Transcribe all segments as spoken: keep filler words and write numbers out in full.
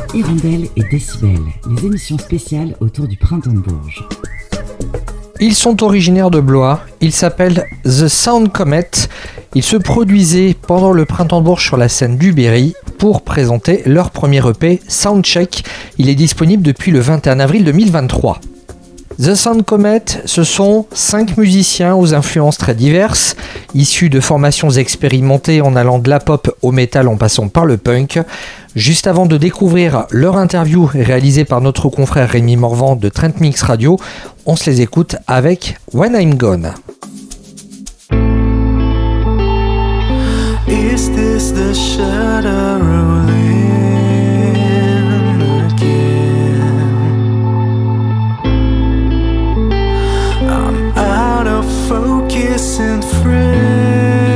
Hirondelle et Décibel, les émissions spéciales autour du printemps de Bourges. Ils sont originaires de Blois, ils s'appellent The Sound Comet. Ils se produisaient pendant le printemps de Bourges sur la scène du Berry pour présenter leur premier E P Soundcheck. Il est disponible depuis le vingt et un avril deux mille vingt-trois. The Sound Comet, ce sont cinq musiciens aux influences très diverses, issus de formations expérimentées en allant de la pop au métal en passant par le punk. Juste avant de découvrir leur interview réalisée par notre confrère Rémi Morvan de Trent Mix Radio, on se les écoute avec When I'm Gone. Is this the shutter rolling again? I'm out of focus and frame.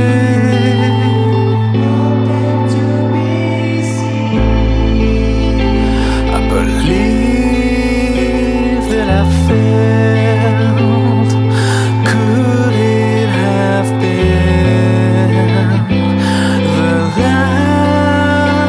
I believe that I failed. Could it have been the light?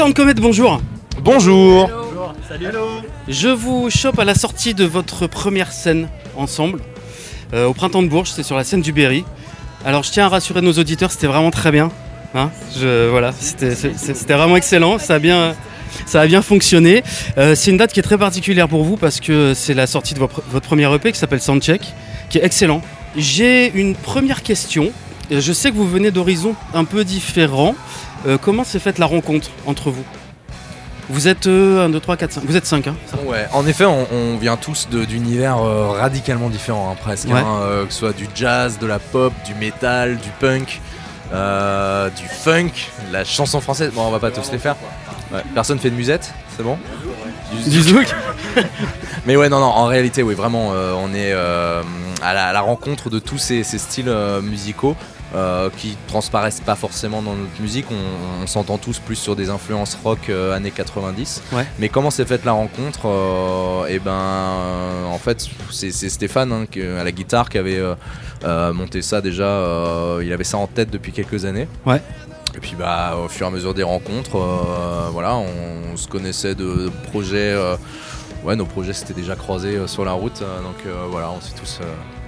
Sound Comet, bonjour. Bonjour. Bonjour. Salut. Hello. Je vous chope à la sortie de votre première scène ensemble euh, au Printemps de Bourges, c'était sur la scène du Berry. Alors je tiens à rassurer nos auditeurs, c'était vraiment très bien. Hein je, voilà, c'était, c'était vraiment excellent, ça a bien, ça a bien fonctionné. Euh, c'est une date qui est très particulière pour vous parce que c'est la sortie de votre, votre premier E P qui s'appelle Soundcheck, qui est excellent. J'ai une première question. Je sais que vous venez d'horizons un peu différents. Euh, comment s'est faite la rencontre entre vous ? Vous êtes euh, un, deux, trois, quatre, cinq. Vous êtes cinq, hein ça. Ouais, en effet, on, on vient tous de, d'univers euh, radicalement différents, hein, presque. Ouais. Hein, euh, que ce soit du jazz, de la pop, du metal, du punk, euh, du funk, la chanson française. Bon, on va pas tous les faire. Ouais. Personne fait de musette, c'est bon ? Du zouk. Mais ouais, non, non, en réalité, oui, vraiment, euh, on est euh, à, la, à la rencontre de tous ces, ces styles euh, musicaux. Euh, qui transparaissent pas forcément dans notre musique, on, on s'entend tous plus sur des influences rock euh, années quatre-vingt-dix. Ouais. Mais comment s'est faite la rencontre euh, Et ben, euh, en fait, c'est, c'est Stéphane hein, qui, à la guitare qui avait euh, euh, monté ça déjà. Euh, il avait ça en tête depuis quelques années. Ouais. Et puis bah, au fur et à mesure des rencontres, euh, voilà, on, on se connaissait de, de projets. Euh, ouais, nos projets s'étaient déjà croisés euh, sur la route, euh, donc euh, voilà, on s'est tous. Euh,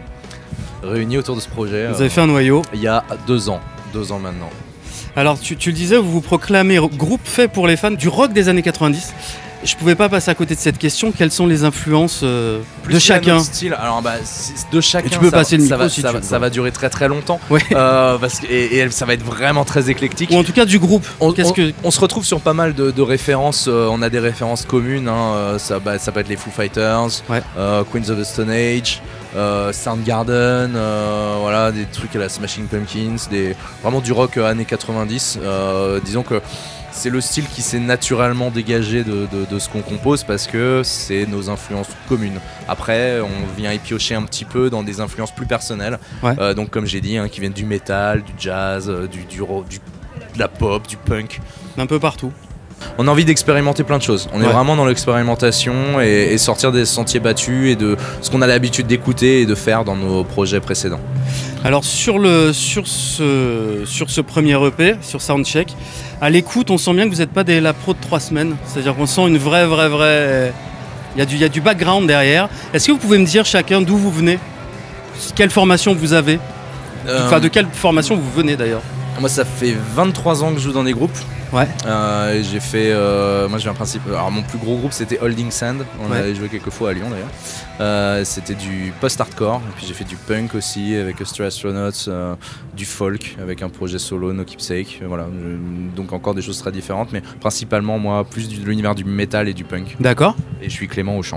réunis autour de ce projet. Vous avez euh, fait un noyau. Il y a deux ans, deux ans maintenant. Alors tu, tu le disais, vous vous proclamez groupe fait pour les fans du rock des années quatre-vingt-dix. Je pouvais pas passer à côté de cette question. Quelles sont les influences euh, de chacun ? Style. Alors bah, de chacun. Et tu peux ça, passer le micro ça va, si ça, tu va, veux. ça va durer très très longtemps. Ouais. Euh, parce que, et, et ça va être vraiment très éclectique. Ou en tout cas du groupe. On, Qu'est-ce on, que... on se retrouve sur pas mal de, de références. Euh, on a des références communes. Hein. Ça, bah, ça peut être les Foo Fighters, ouais. euh, Queens of the Stone Age. Euh, Soundgarden, euh, voilà, des trucs à la Smashing Pumpkins, des, vraiment du rock euh, années quatre-vingt-dix. Euh, disons que c'est le style qui s'est naturellement dégagé de, de, de ce qu'on compose parce que c'est nos influences communes. Après, on vient y piocher un petit peu dans des influences plus personnelles. Ouais. Euh, donc, comme j'ai dit, hein, qui viennent du metal, du jazz, du, du, du, de la pop, du punk. Un peu partout. On a envie d'expérimenter plein de choses. On ouais. est vraiment dans l'expérimentation et, et sortir des sentiers battus et de ce qu'on a l'habitude d'écouter et de faire dans nos projets précédents. Alors sur, le, sur, ce, sur ce premier E P, sur Soundcheck, à l'écoute, on sent bien que vous n'êtes pas des lapros de trois semaines. C'est-à-dire qu'on sent une vraie, vraie, vraie... Il y a du, il y a du background derrière. Est-ce que vous pouvez me dire chacun d'où vous venez ? Quelle formation vous avez ? euh... Enfin, de quelle formation vous venez d'ailleurs ? Moi, ça fait vingt-trois ans que je joue dans des groupes. Ouais. Euh, j'ai fait. Euh, moi, j'ai un principe. Alors, mon plus gros groupe, c'était Holding Sand. On ouais. avait joué quelques fois à Lyon d'ailleurs. Euh, c'était du post-hardcore. Et puis, j'ai fait du punk aussi avec Stray Astronauts, euh, du folk avec un projet solo, No Keepsake. Voilà. Je, donc, encore des choses très différentes. Mais principalement, moi, plus de l'univers du metal et du punk. D'accord. Et je suis Clément au chant.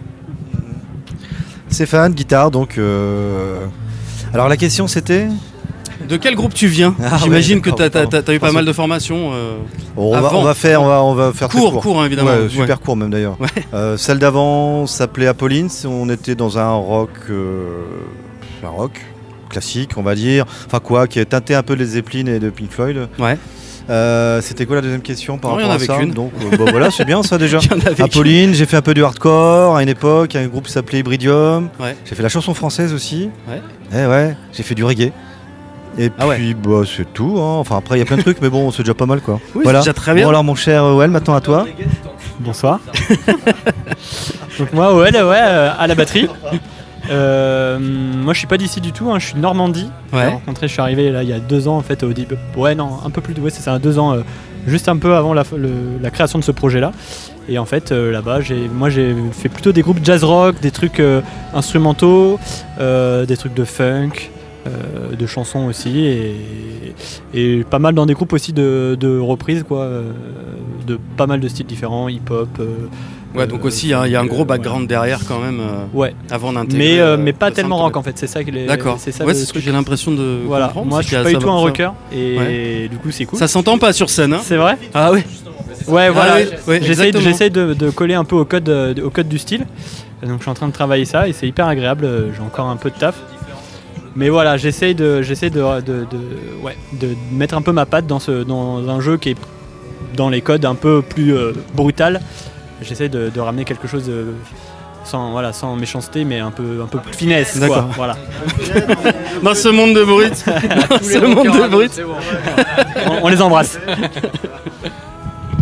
Stéphane, guitare. Donc. Euh... Alors, la question c'était ? De quel groupe tu viens ? ah, J'imagine ouais, que tu as eu pas mal de formations. Euh, on, va, on va faire, on va, on va faire court, court, court hein, évidemment. Ouais, super ouais. court même d'ailleurs. Ouais. Euh, celle d'avant s'appelait Apollines. On était dans un rock, euh, un rock classique, on va dire. Enfin quoi, qui est teinté un peu de Zeppelin et de Pink Floyd. Ouais. Euh, c'était quoi la deuxième question par non, rapport à ça qu'une. Donc euh, bah, voilà, c'est bien ça déjà. Apolline, j'ai fait un peu du hardcore à une époque, un groupe qui s'appelait Hybridium. Ouais. J'ai fait la chanson française aussi. Ouais. Eh ouais, j'ai fait du reggae. Et ah puis ouais. bah, c'est tout, hein. Enfin après il y a plein de trucs mais bon c'est déjà pas mal quoi. Oui, voilà. C'est déjà très bien. Bon alors mon cher Oel, maintenant à toi. Bonsoir. Donc moi Oel, ouais, euh, à la batterie. Euh, moi je suis pas d'ici du tout, hein. Je suis de Normandie. Ouais. J'ai rencontré, je suis arrivé là il y a deux ans en fait au début. Ouais non, un peu plus de ouais, c'est ça, deux ans, euh, juste un peu avant la, le, la création de ce projet là. Et en fait euh, là-bas j'ai, moi j'ai fait plutôt des groupes jazz rock, des trucs euh, instrumentaux, euh, des trucs de funk. Euh, de chansons aussi et, et pas mal dans des groupes aussi de, de reprises quoi, euh, de pas mal de styles différents, hip-hop. Euh, ouais donc euh, aussi il y, y a un gros background ouais. derrière quand même. Euh, ouais. Avant d'intégrer. Mais euh, mais pas tellement rock en fait, c'est ça que les. D'accord. C'est ça. Ouais c'est ce que j'ai l'impression de voilà. comprendre. Moi je suis pas du tout un rocker et ouais. du coup c'est cool. Ça s'entend pas sur scène. Hein. C'est vrai. Ah oui. Ouais voilà. Ah, oui. Ouais, j'essaye j'essaye de, de coller un peu au code au code du style. Donc je suis en train de travailler ça et c'est hyper agréable. J'ai encore un peu de taf. Mais voilà, j'essaye de, j'essaye de, de, de, ouais, de mettre un peu ma patte dans, ce, dans un jeu qui est dans les codes un peu plus euh, brutal. J'essaye de, de ramener quelque chose de, sans, voilà, sans méchanceté, mais un peu, un peu plus finesse. D'accord. Quoi, voilà. Dans ce monde de brut. Dans ce monde de brut. Bon. on, on les embrasse.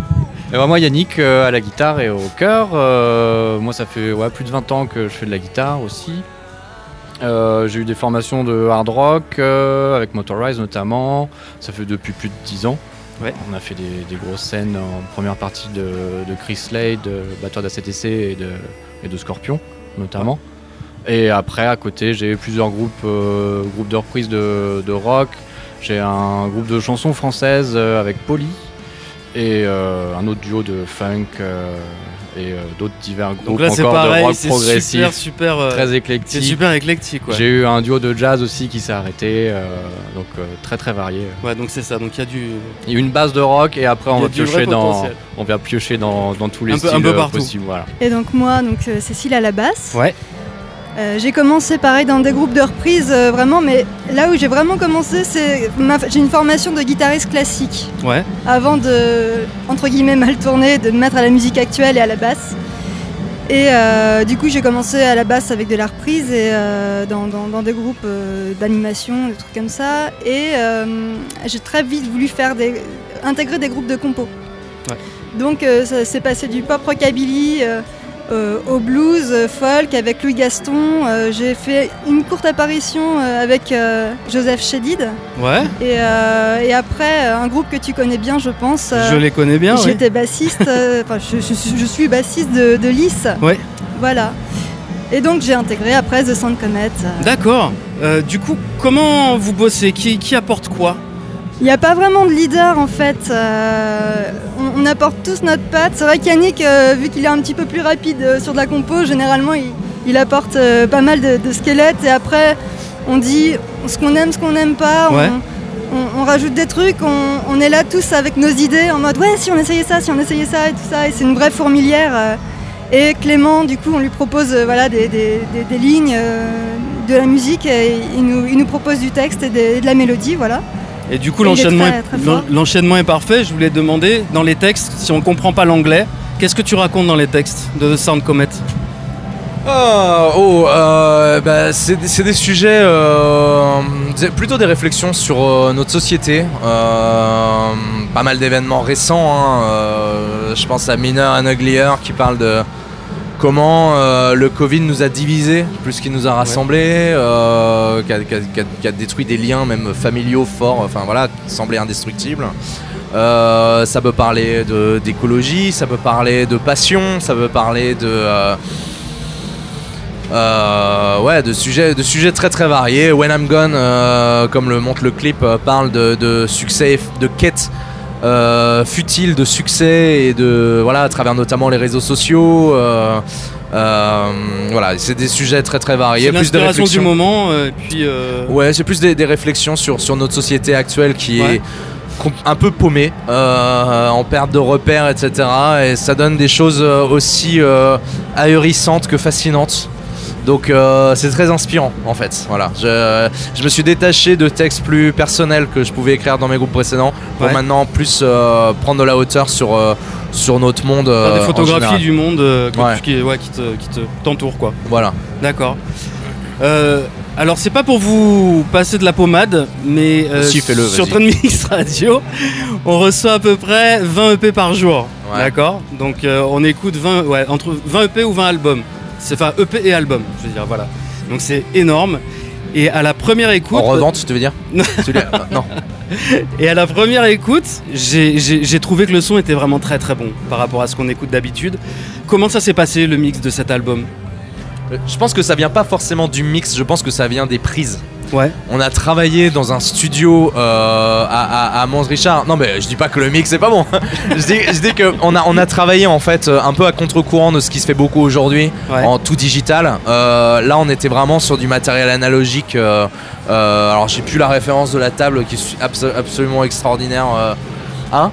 Et ouais, moi Yannick euh, à la guitare et au chœur. Euh, moi ça fait ouais, plus de vingt ans que je fais de la guitare aussi. Euh, j'ai eu des formations de hard rock euh, avec Motorize notamment. Ça fait depuis plus de dix ans. Ouais. On a fait des, des grosses scènes en première partie de, de Chris Slade, de batteur d'A C T C et de, et de Scorpion notamment. Et après à côté j'ai plusieurs groupes, euh, groupes de reprises de, de rock. J'ai un groupe de chansons françaises euh, avec Polly. Et euh, un autre duo de funk euh, et euh, d'autres divers groupes. Donc là c'est encore pareil, de rock c'est progressif, super super euh, très éclectique. C'est super éclectique quoi. J'ai eu un duo de jazz aussi qui s'est arrêté, euh, donc euh, très très varié. Ouais donc c'est ça, donc il y a du... Il y a une base de rock et après on Il y a va du vrai piocher dans, potentiel. on va piocher dans, dans tous les Un peu- styles un peu euh, partout. possibles. Voilà. Et donc moi, donc euh, Cécile à la basse. Ouais. Euh, j'ai commencé pareil dans des groupes de reprises euh, vraiment, mais là où j'ai vraiment commencé, c'est ma... j'ai une formation de guitariste classique Ouais. avant de entre guillemets mal tourner, de me mettre à la musique actuelle et à la basse. Et euh, du coup j'ai commencé à la basse avec de la reprise et euh, dans, dans, dans des groupes euh, d'animation, des trucs comme ça. Et euh, j'ai très vite voulu faire des intégrer des groupes de compos. Ouais. Donc euh, ça s'est passé du pop rockabilly euh, euh, au blues, euh, folk avec Louis Gaston. Euh, j'ai fait une courte apparition euh, avec euh, Joseph Chédid. Ouais. Et, euh, et après, euh, un groupe que tu connais bien, je pense. euh, Je les connais bien, oui. J'étais bassiste, euh, enfin, je, je- je suis bassiste de, de Lys. Ouais. Voilà. Et donc j'ai intégré après The Sound Comet. D'accord. Euh, du coup, comment vous bossez? Qui, qui apporte quoi? Il n'y a pas vraiment de leader en fait. Euh, on, on apporte tous notre patte. C'est vrai qu'Yannick, euh, vu qu'il est un petit peu plus rapide euh, sur de la compo, généralement il, il apporte euh, pas mal de, de squelettes. Et après, on dit ce qu'on aime, ce qu'on n'aime pas. on- Ouais. On, on rajoute des trucs, on, on est là tous avec nos idées en mode ouais si on essayait ça, si on essayait ça et tout ça, et c'est une vraie fourmilière. euh. Et Clément, du coup, on lui propose euh, voilà, des, des- des- des lignes, euh, de la musique, et il nous, il nous propose du texte et, des- et de la mélodie, voilà. Et du coup, Et il est l'enchaînement très, est, très fort. l'en- l'enchaînement est parfait. Je voulais te demander, dans les textes, si on ne comprend pas l'anglais, qu'est-ce que tu racontes dans les textes de The Sound Comet? Oh, oh, euh, bah, c'est des- c'est des sujets, euh, c'est plutôt des réflexions sur euh, notre société. Euh, pas mal d'événements récents. Hein, euh, je pense à Meaner and Uglier qui parle de comment euh, le Covid nous a divisés plus qu'il nous a rassemblés, euh, qui a, qui a- qui a- qui a détruit des liens même familiaux forts, enfin voilà, qui semblaient indestructibles. Euh, ça peut parler de- d'écologie, ça peut parler de passion, ça peut parler de... euh, Euh, ouais, de sujets, de sujets très très variés. When I'm Gone, euh, comme le montre le clip, euh, parle de, de succès, de quête euh, futile de succès et de voilà à travers notamment les réseaux sociaux. Euh, euh, voilà, c'est des sujets très très variés. C'est Plus de l'inspiration du réflexions. moment, euh, et puis... euh, Ouais, c'est plus des, des réflexions sur, sur notre société actuelle qui Ouais. est com- un peu paumée, euh, en perte de repères, et cetera. Et ça donne des choses euh, aussi euh, ahurissantes que fascinantes. Donc euh, c'est très inspirant en fait. Voilà. Je, je me suis détaché de textes plus personnels que je pouvais écrire dans mes groupes précédents pour Ouais. maintenant plus euh, prendre de la hauteur sur, euh, sur notre monde. faire euh, des en photographies général. du monde euh, que Ouais. tu- qui, ouais, qui te, qui te t'entoure quoi. Voilà. D'accord. Euh, alors c'est pas pour vous passer de la pommade, mais euh, Si, fais-le, sur vas-y. Trend Mix Radio, on reçoit à peu près vingt E P par jour. Ouais. D'accord. Donc euh, on écoute vingt, ouais, entre vingt E P ou vingt albums. C'est enfin E P et album, je veux dire, voilà. Donc c'est énorme. Et à la première écoute, En revente, tu veux dire Celui-là, euh, Non. et à la première écoute, j'ai, j'ai- j'ai trouvé que le son était vraiment très très bon par rapport à ce qu'on écoute d'habitude. Comment ça s'est passé le mix de cet album? Euh, Je pense que ça vient pas forcément du mix, je pense que ça vient des prises. Ouais. On a travaillé dans un studio euh, à, à, à Mons-Richard. Non mais je dis pas que le mix est pas bon. je dis, je dis que on a, on a travaillé en fait euh, un peu à contre-courant de ce qui se fait beaucoup aujourd'hui, Ouais. en tout digital. Euh, là on était vraiment sur du matériel analogique. euh, euh, alors j'ai plus la référence de la table qui est abso- absolument extraordinaire. euh. Hein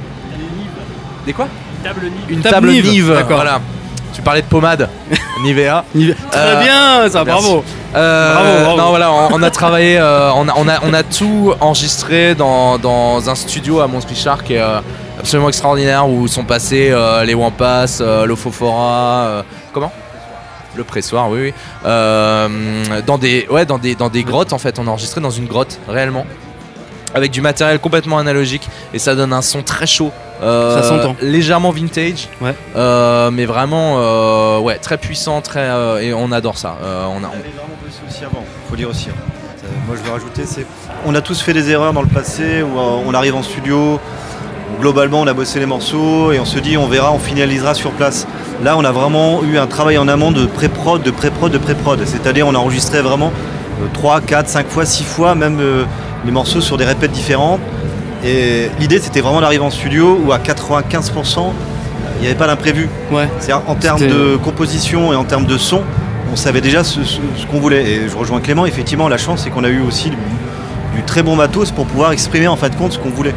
Des quoi Table Nive. Une Table table, Nive, Nive. d'accord. Voilà. Tu parlais de pommade. Nivea. Très Euh, bien, ça, merci. bravo. Euh, Bravo, bravo. Non voilà, on, on a travaillé, euh, on, a, on, a, on a tout enregistré dans, dans un studio à Mons-Richard qui est euh, absolument extraordinaire où sont passés euh, les Wampas, euh, l'Ofofora, euh, comment Le pressoir, oui, oui. Euh, dans des, ouais, dans des, dans des grottes en fait, on a enregistré dans une grotte réellement. avec du matériel complètement analogique et ça donne un son très chaud. Euh, ça s'entend. Légèrement vintage, ouais. euh, mais vraiment euh, ouais, très puissant, très, euh, et on adore ça. Euh, on a, on... On avait vraiment bossé aussi avant, faut dire aussi. Hein. Ça, moi je veux rajouter, c'est on a tous fait des erreurs dans le passé où euh, on arrive en studio, globalement on a bossé les morceaux et on se dit on verra, on finalisera sur place. Là on a vraiment eu un travail en amont de pré-prod, de pré-prod, de pré-prod. C'est-à-dire on a enregistré vraiment euh, trois, quatre, cinq fois, six fois, même euh, les morceaux sur des répètes différentes. Et l'idée c'était vraiment d'arriver en studio où à quatre-vingt-quinze pour cent il n'y avait pas d'imprévu. Ouais. C'est-à-dire en termes C'était... de composition et en termes de son, on savait déjà ce, ce, ce qu'on voulait. Et je rejoins Clément, effectivement la chance c'est qu'on a eu aussi du, du très bon matos pour pouvoir exprimer en fin de compte ce qu'on voulait.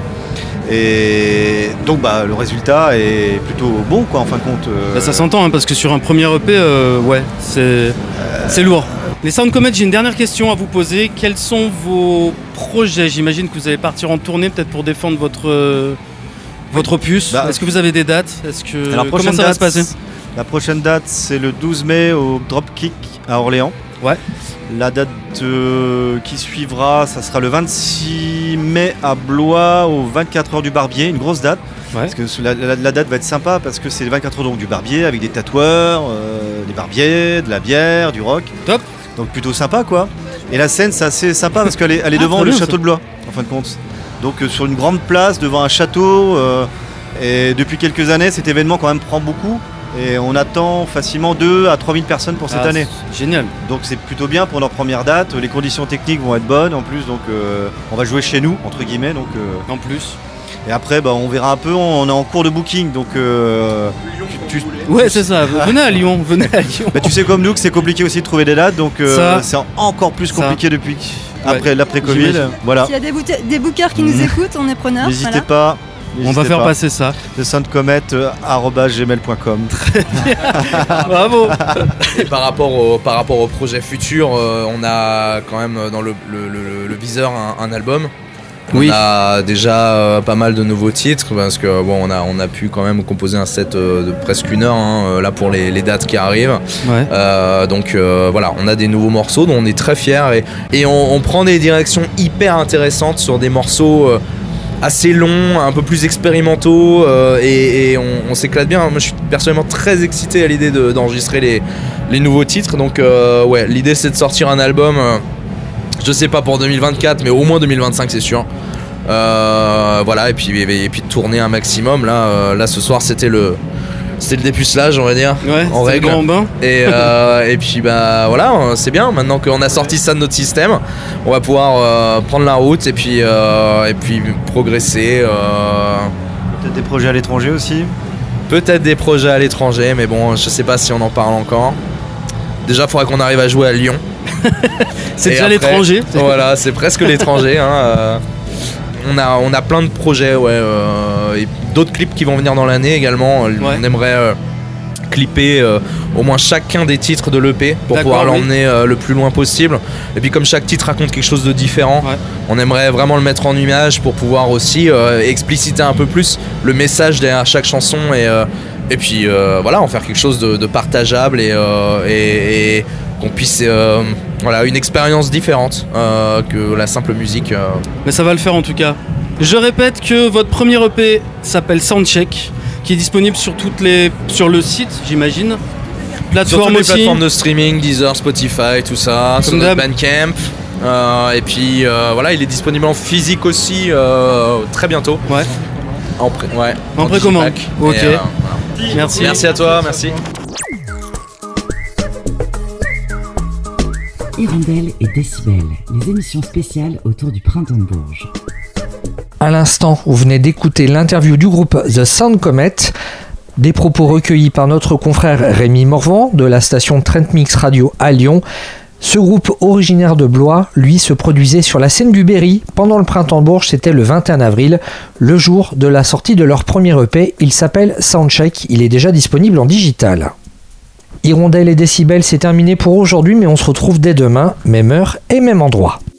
Et donc bah, le résultat est plutôt bon quoi en fin de compte. Euh... Bah, ça s'entend hein, parce que sur un premier E P, euh, ouais, c'est, euh... c'est lourd. Les Sound Comet, j'ai une dernière question à vous poser. Quels sont vos projets ? J'imagine que vous allez partir en tournée peut-être pour défendre votre, euh, votre opus. Bah, est-ce que vous avez des dates ? Est-ce que... Alors, comment ça date, va se passer ? La prochaine date c'est le douze mai au Dropkick à Orléans. Ouais. La date euh, qui suivra, ça sera le vingt-six mai à Blois au vingt-quatre heures du Barbier, une grosse date. Ouais. Parce que la, la, la date va être sympa parce que c'est les vingt-quatre heures donc, du Barbier avec des tatoueurs, euh, des barbiers, de la bière, du rock. Top. Donc plutôt sympa quoi. Et la scène c'est assez sympa parce qu'elle est, elle est ah, devant le bien, château ça. de Blois en fin de compte. Donc euh, sur une grande place devant un château. Euh, et depuis quelques années cet événement quand même prend beaucoup. Et on attend facilement deux à trois mille personnes pour cette ah, année. Génial. Donc c'est plutôt bien pour notre première date. Les conditions techniques vont être bonnes en plus. Donc euh, on va jouer chez nous entre guillemets. Donc, euh, en plus. Et après bah, on verra un peu. On est en cours de booking. Donc euh, tu, tu, ouais c'est ça. Venez à Lyon. Venez à Lyon. Bah, tu sais comme nous que c'est compliqué aussi de trouver des dates. Donc euh, c'est encore plus compliqué ça. depuis après ouais. l'après-Covid. Voilà. S'il y a des, boute- des bookers qui mmh. nous écoutent, on est preneurs. N'hésitez voilà. pas. N'hésitez on va faire pas. passer ça. The Soundcomet arobase gmail point com. Très bien. Bravo. Et par rapport au, par rapport au projet futur, euh, on a quand même dans le, le, le, le viseur un, un album. Oui. On a déjà euh, pas mal de nouveaux titres parce que bon, on a, on a pu quand même composer un set euh, de presque une heure hein, là pour les, les dates qui arrivent. Ouais. Euh, donc euh, voilà, on a des nouveaux morceaux dont on est très fiers et, et on, on prend des directions hyper intéressantes sur des morceaux. Euh, assez longs, un peu plus expérimentaux euh, et, et on, on s'éclate bien. Moi je suis personnellement très excité à l'idée de, d'enregistrer les, les nouveaux titres. Donc euh, ouais, l'idée c'est de sortir un album, euh, je sais pas pour deux mille vingt-quatre mais au moins deux mille vingt-cinq c'est sûr. Euh, voilà et puis, et, et puis de tourner un maximum. Là, euh, là ce soir c'était le... C'était le dépucelage, on va dire, ouais, en règle. Le grand bain. Et, euh, et puis bah voilà, c'est bien. Maintenant qu'on a sorti ça de notre système, on va pouvoir euh, prendre la route et puis euh, et puis progresser. Euh... Peut-être des projets à l'étranger aussi. Peut-être des projets à l'étranger, mais bon, je sais pas si on en parle encore. Déjà, il faudra qu'on arrive à jouer à Lyon. C'est et déjà après, l'étranger. Voilà, c'est presque l'étranger. Hein, euh... On a, on a plein de projets, ouais, euh, et d'autres clips qui vont venir dans l'année également. Ouais. On aimerait euh, clipper euh, au moins chacun des titres de l'E P pour D'accord, pouvoir l'emmener oui. euh, le plus loin possible. Et puis comme chaque titre raconte quelque chose de différent, ouais. on aimerait vraiment le mettre en image pour pouvoir aussi euh, expliciter un peu plus le message derrière chaque chanson et, euh, et puis euh, voilà, en faire quelque chose de, de partageable et, euh, et, et qu'on puisse... Euh, Voilà, une expérience différente euh, que la simple musique. Euh... Mais ça va le faire en tout cas. Je répète que votre premier E P s'appelle Soundcheck, qui est disponible sur toutes les, sur le site, j'imagine. Plateforme sur toutes les aussi. Plateformes de streaming, Deezer, Spotify, tout ça, Comme sur notre Bandcamp. Euh, et puis euh, voilà, il est disponible en physique aussi euh, très bientôt. Ouais. En pré, ouais. En, en précommande. Ok. Et, euh, voilà. Merci. Merci à toi, merci. Hirondelle et Décibel, les émissions spéciales autour du printemps de Bourges. À l'instant, vous venez d'écouter l'interview du groupe The Sound Comet, des propos recueillis par notre confrère Rémi Morvan de la station Trent Mix Radio à Lyon. Ce groupe originaire de Blois, lui, se produisait sur la scène du Berry pendant le printemps de Bourges, c'était le vingt et un avril, le jour de la sortie de leur premier E P. Il s'appelle Soundcheck, il est déjà disponible en digital. Hirondelle et Décibel, c'est terminé pour aujourd'hui, mais on se retrouve dès demain, même heure et même endroit.